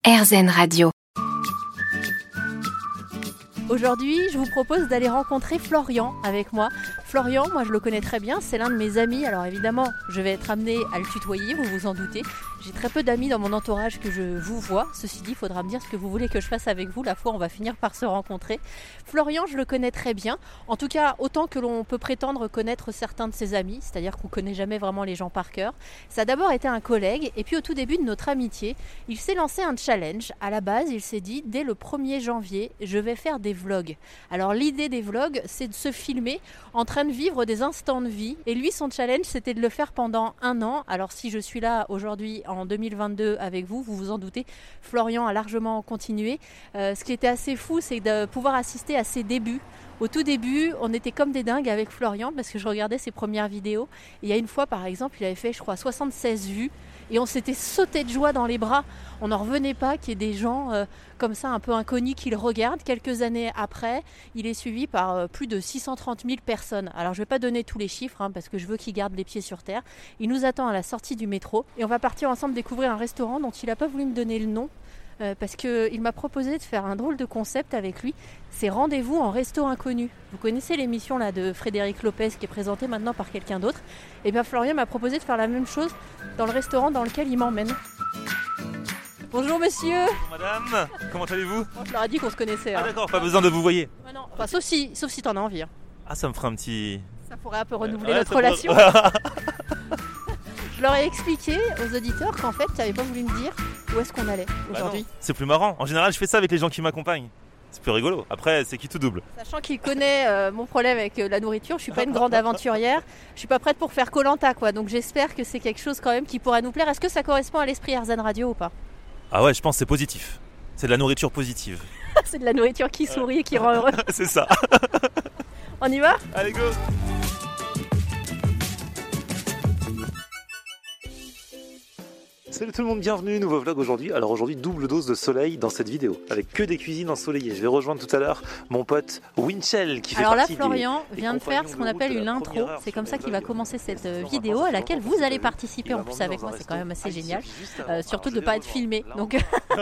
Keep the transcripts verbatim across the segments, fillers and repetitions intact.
AirZen Radio. Aujourd'hui, je vous propose d'aller rencontrer Florian avec moi. Florian, moi je le connais très bien, c'est l'un de mes amis. Alors évidemment, je vais être amenée à le tutoyer, vous vous en doutez. J'ai très peu d'amis dans mon entourage que je vous vois. Ceci dit, il faudra me dire ce que vous voulez que je fasse avec vous. La fois, on va finir par se rencontrer. Florian, je le connais très bien. En tout cas, autant que l'on peut prétendre connaître certains de ses amis. C'est-à-dire qu'on ne connaît jamais vraiment les gens par cœur. Ça a d'abord été un collègue. Et puis au tout début de notre amitié, il s'est lancé un challenge. À la base, il s'est dit, dès le premier janvier, je vais faire des vlogs. Alors l'idée des vlogs, c'est de se filmer en train de vivre des instants de vie. Et lui, son challenge, c'était de le faire pendant un an. Alors si je suis là aujourd'hui en deux mille vingt-deux avec vous, vous vous en doutez, Florian a largement continué. Euh, ce qui était assez fou, c'est de pouvoir assister à ses débuts. Au tout début, on était comme des dingues avec Florian parce que je regardais ses premières vidéos. Et il y a une fois, par exemple, il avait fait, je crois, soixante-seize vues. Et on s'était sauté de joie dans les bras. On n'en revenait pas qu'il y ait des gens euh, comme ça, un peu inconnus, qui le regardent. Quelques années après, il est suivi par euh, plus de six cent trente mille personnes. Alors, je ne vais pas donner tous les chiffres hein, parce que je veux qu'il garde les pieds sur terre. Il nous attend à la sortie du métro. Et on va partir ensemble découvrir un restaurant dont il n'a pas voulu me donner le nom. Euh, parce qu'il m'a proposé de faire un drôle de concept avec lui. C'est Rendez-vous en resto inconnu. Vous connaissez l'émission là de Frédéric Lopez qui est présentée maintenant par quelqu'un d'autre. Et bien Florian m'a proposé de faire la même chose dans le restaurant dans lequel il m'emmène. Bonjour monsieur. Bonjour madame, comment allez-vous? Bon, je leur ai dit qu'on se connaissait. Ah hein. d'accord, pas besoin de vous voyer. Ouais, non. Enfin, sauf si, sauf si t'en as envie. Hein. Ah ça me fera un petit... Ça pourrait un peu renouveler Ouais, notre pourrait- relation. Je leur ai expliqué aux auditeurs qu'en fait tu n'avais pas voulu me dire où est-ce qu'on allait aujourd'hui. Bah non, c'est plus marrant. En général, je fais ça avec les gens qui m'accompagnent. C'est plus rigolo. Après, c'est qui tout double. Sachant qu'il connaît euh, mon problème avec euh, la nourriture, je suis pas une grande aventurière, je suis pas prête pour faire Koh-Lanta quoi, donc j'espère que c'est quelque chose quand même qui pourra nous plaire. Est-ce que ça correspond à l'esprit AirZen Radio ou pas? Ah ouais, je pense que c'est positif. C'est de la nourriture positive. C'est de la nourriture qui sourit et qui rend heureux. C'est ça. On y va? Allez go. Salut tout le monde, bienvenue, nouveau vlog aujourd'hui. Alors aujourd'hui, double dose de soleil dans cette vidéo, avec que des cuisines ensoleillées. Je vais rejoindre tout à l'heure mon pote Winchell qui fait Alors là, partie Florian des, des vient de faire ce qu'on appelle une intro. intro. C'est comme ça qu'il va commencer cette vidéo à laquelle vous allez participer en plus avec moi. C'est quand même assez génial. Euh, surtout de ne pas être filmé. Donc...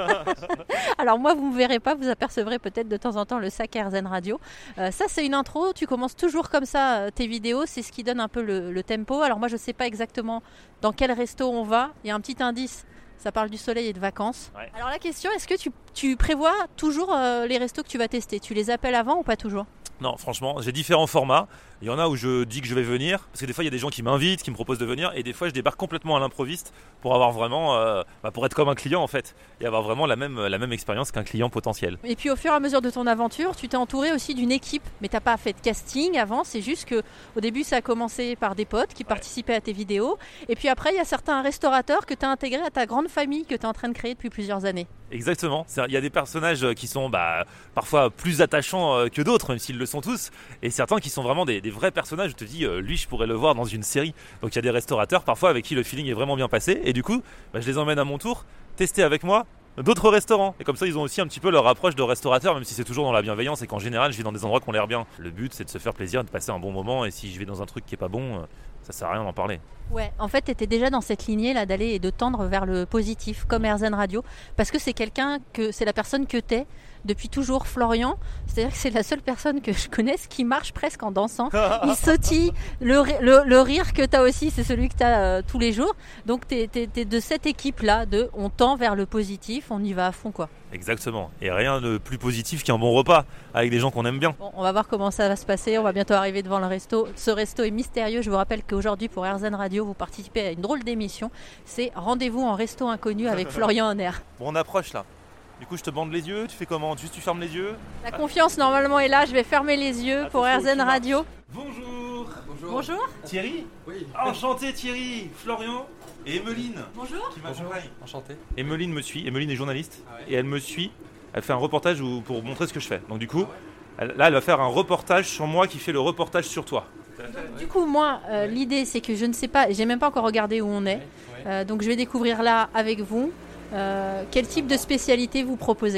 Alors moi, vous ne me verrez pas, vous apercevrez peut-être de temps en temps le sac AirZen Radio. Euh, ça, c'est une intro. Tu commences toujours comme ça euh, tes vidéos. C'est ce qui donne un peu le, le tempo. Alors moi, je ne sais pas exactement dans quel resto on va. Il y a un petit indice. Ça parle du soleil et de vacances. Ouais. Alors la question, est-ce que tu, tu prévois toujours euh, les restos que tu vas tester? Tu les appelles avant ou pas toujours? Non, franchement, j'ai différents formats. Il y en a où je dis que je vais venir, parce que des fois il y a des gens qui m'invitent, qui me proposent de venir, et des fois je débarque complètement à l'improviste pour avoir vraiment, euh, bah pour être comme un client en fait, et avoir vraiment la même, la même expérience qu'un client potentiel. Et puis au fur et à mesure de ton aventure, tu t'es entouré aussi d'une équipe, mais t'as pas fait de casting avant, c'est juste que au début ça a commencé par des potes qui ouais. participaient à tes vidéos, et puis après il y a certains restaurateurs que tu as intégrés à ta grande famille que tu es en train de créer depuis plusieurs années. Exactement, il y a des personnages qui sont bah, parfois plus attachants que d'autres, même s'ils le sont tous, et certains qui sont vraiment des, des vrais personnages. Je te dis, euh, lui je pourrais le voir dans une série. Donc il y a des restaurateurs parfois avec qui le feeling est vraiment bien passé, et du coup bah, je les emmène à mon tour tester avec moi d'autres restaurants, et comme ça ils ont aussi un petit peu leur approche de restaurateur, même si c'est toujours dans la bienveillance et qu'en général je vais dans des endroits qui ont l'air bien. Le but c'est de se faire plaisir, de passer un bon moment, et si je vais dans un truc qui est pas bon, ça sert à rien d'en parler. Ouais, en fait, tu étais déjà dans cette lignée là d'aller et de tendre vers le positif, comme AirZen Radio, parce que c'est quelqu'un que c'est la personne que t'es depuis toujours, Florian. C'est-à-dire que c'est la seule personne que je connaisse qui marche presque en dansant. Il sautille. Le, le, le rire que t'as aussi, c'est celui que t'as euh, tous les jours. Donc t'es, t'es, t'es de cette équipe-là, de on tend vers le positif, on y va à fond quoi. Exactement. Et rien de plus positif qu'un bon repas avec des gens qu'on aime bien. Bon, on va voir comment ça va se passer. On va bientôt arriver devant le resto. Ce resto est mystérieux. Je vous rappelle qu'aujourd'hui pour AirZen Radio, vous participez à une drôle d'émission. C'est Rendez-vous en resto inconnu avec Florian Honner. Bon, on approche là. Du coup, je te bande les yeux. Tu fais comment? Juste tu fermes les yeux? La confiance normalement est là. Je vais fermer les yeux Attention, pour AirZen Radio. Bonjour. Bonjour. Bonjour. Thierry? Oui. Enchanté Thierry. Florian et Emeline. Bonjour. Qui m'accompagne. Enchanté. Emeline me suit. Emeline est journaliste. Ah ouais. Et elle me suit. Elle fait un reportage où, pour montrer ce que je fais. Donc du coup, ah ouais. elle, là, elle va faire un reportage sur moi qui fait le reportage sur toi. Donc, du coup, moi, euh, ouais. l'idée, c'est que je ne sais pas, j'ai même pas encore regardé où on est. Ouais. Ouais. Euh, donc, je vais découvrir là avec vous. Euh, quel type de spécialité vous proposez?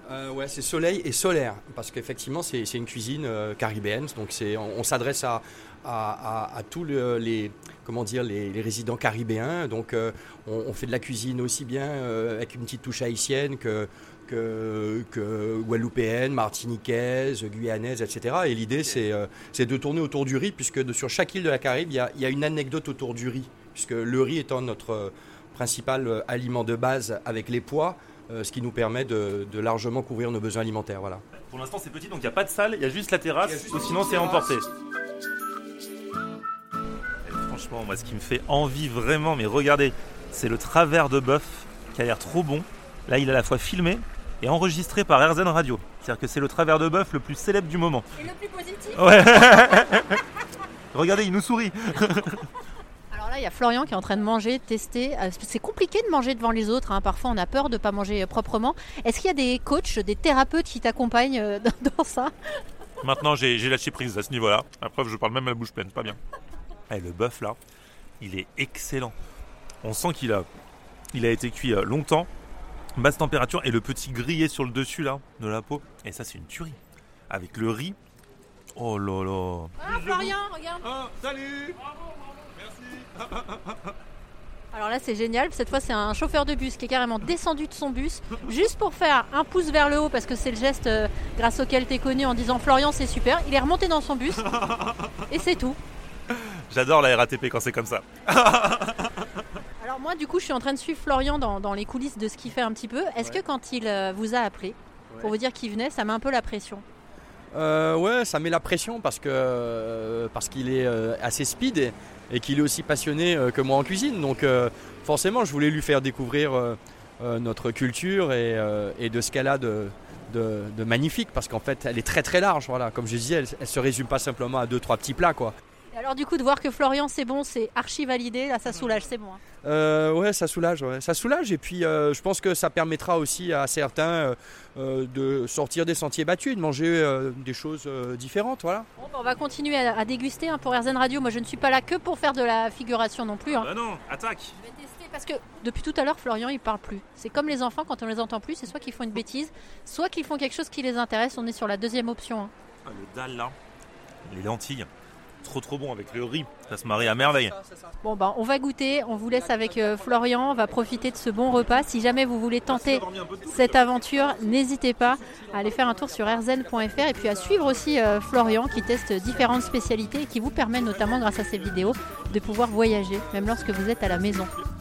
Euh, ouais, c'est soleil et solaire, parce qu'effectivement c'est, c'est une cuisine euh, caribéenne, donc c'est, on, on s'adresse à, à, à, à tous le, les, comment dire, les, les résidents caribéens, donc euh, on, on fait de la cuisine aussi bien euh, avec une petite touche haïtienne que, que, que guadeloupéenne, martiniquaise, guyanaise, et cetera. Et l'idée c'est, euh, c'est de tourner autour du riz, puisque de, sur chaque île de la Caraïbe, il y a, il y a une anecdote autour du riz, puisque le riz étant notre principal aliment de base avec les pois, ce qui nous permet de, de largement couvrir nos besoins alimentaires. Voilà. Pour l'instant c'est petit, donc il n'y a pas de salle, il y a juste la terrasse, juste ou sinon c'est emporté. Et franchement, moi ce qui me fait envie vraiment, mais regardez, c'est le travers de bœuf qui a l'air trop bon. Là il est à la fois filmé et enregistré par R Z N Radio. C'est-à-dire que c'est le travers de bœuf le plus célèbre du moment. Et le plus positif. Ouais. Regardez, il nous sourit. Alors là, il y a Florian qui est en train de manger, de tester. C'est compliqué de manger devant les autres, hein. Parfois, on a peur de ne pas manger proprement. Est-ce qu'il y a des coachs, des thérapeutes qui t'accompagnent dans ça ? Maintenant, j'ai, j'ai lâché prise à ce niveau-là. La preuve, je parle même à la bouche pleine, pas bien. Et le bœuf, là, il est excellent. On sent qu'il a, il a été cuit longtemps, basse température, et le petit grillé sur le dessus, là, de la peau. Et ça, c'est une tuerie. Avec le riz. Oh là là. Ah, Florian, regarde. Oh, salut. Alors là c'est génial, cette fois c'est un chauffeur de bus qui est carrément descendu de son bus juste pour faire un pouce vers le haut parce que c'est le geste euh, grâce auquel tu es connu en disant Florian c'est super, il est remonté dans son bus et c'est tout. J'adore la R A T P quand c'est comme ça. Alors moi du coup je suis en train de suivre Florian dans, dans les coulisses de ce qu'il fait un petit peu. Est-ce ouais. que quand il euh, vous a appelé pour ouais. vous dire qu'il venait, ça met un peu la pression ? Euh, ouais, ça met la pression parce que euh, parce qu'il est euh, assez speed et, et qu'il est aussi passionné euh, que moi en cuisine. Donc euh, forcément, je voulais lui faire découvrir euh, euh, notre culture et, euh, et de ce qu'elle a de, de, de magnifique, parce qu'en fait, elle est très très large. Voilà, comme je disais, elle, elle se résume pas simplement à deux trois petits plats, quoi. Et alors du coup, de voir que Florian c'est bon, c'est archi validé. Là, ça soulage, c'est bon. Hein. Euh, ouais, ça soulage, ouais. ça soulage. Et puis, euh, je pense que ça permettra aussi à certains euh, de sortir des sentiers battus et de manger euh, des choses euh, différentes, voilà. Bon, bah, on va continuer à, à déguster hein, pour R Z N Radio. Moi, je ne suis pas là que pour faire de la figuration non plus. Hein. Bah non, attaque. Je vais tester parce que depuis tout à l'heure, Florian, il parle plus. C'est comme les enfants quand on les entend plus, c'est soit qu'ils font une bêtise, soit qu'ils font quelque chose qui les intéresse. On est sur la deuxième option. Hein. Ah, le dalle là, les lentilles. Trop trop bon avec le riz, ça se marie à merveille. Bon bah on va goûter, on vous laisse avec euh, Florian, on va profiter de ce bon repas. Si jamais vous voulez tenter cette aventure, n'hésitez pas à aller faire un tour sur r z n point f r et puis à suivre aussi euh, Florian qui teste différentes spécialités et qui vous permet notamment grâce à ses vidéos de pouvoir voyager, même lorsque vous êtes à la maison.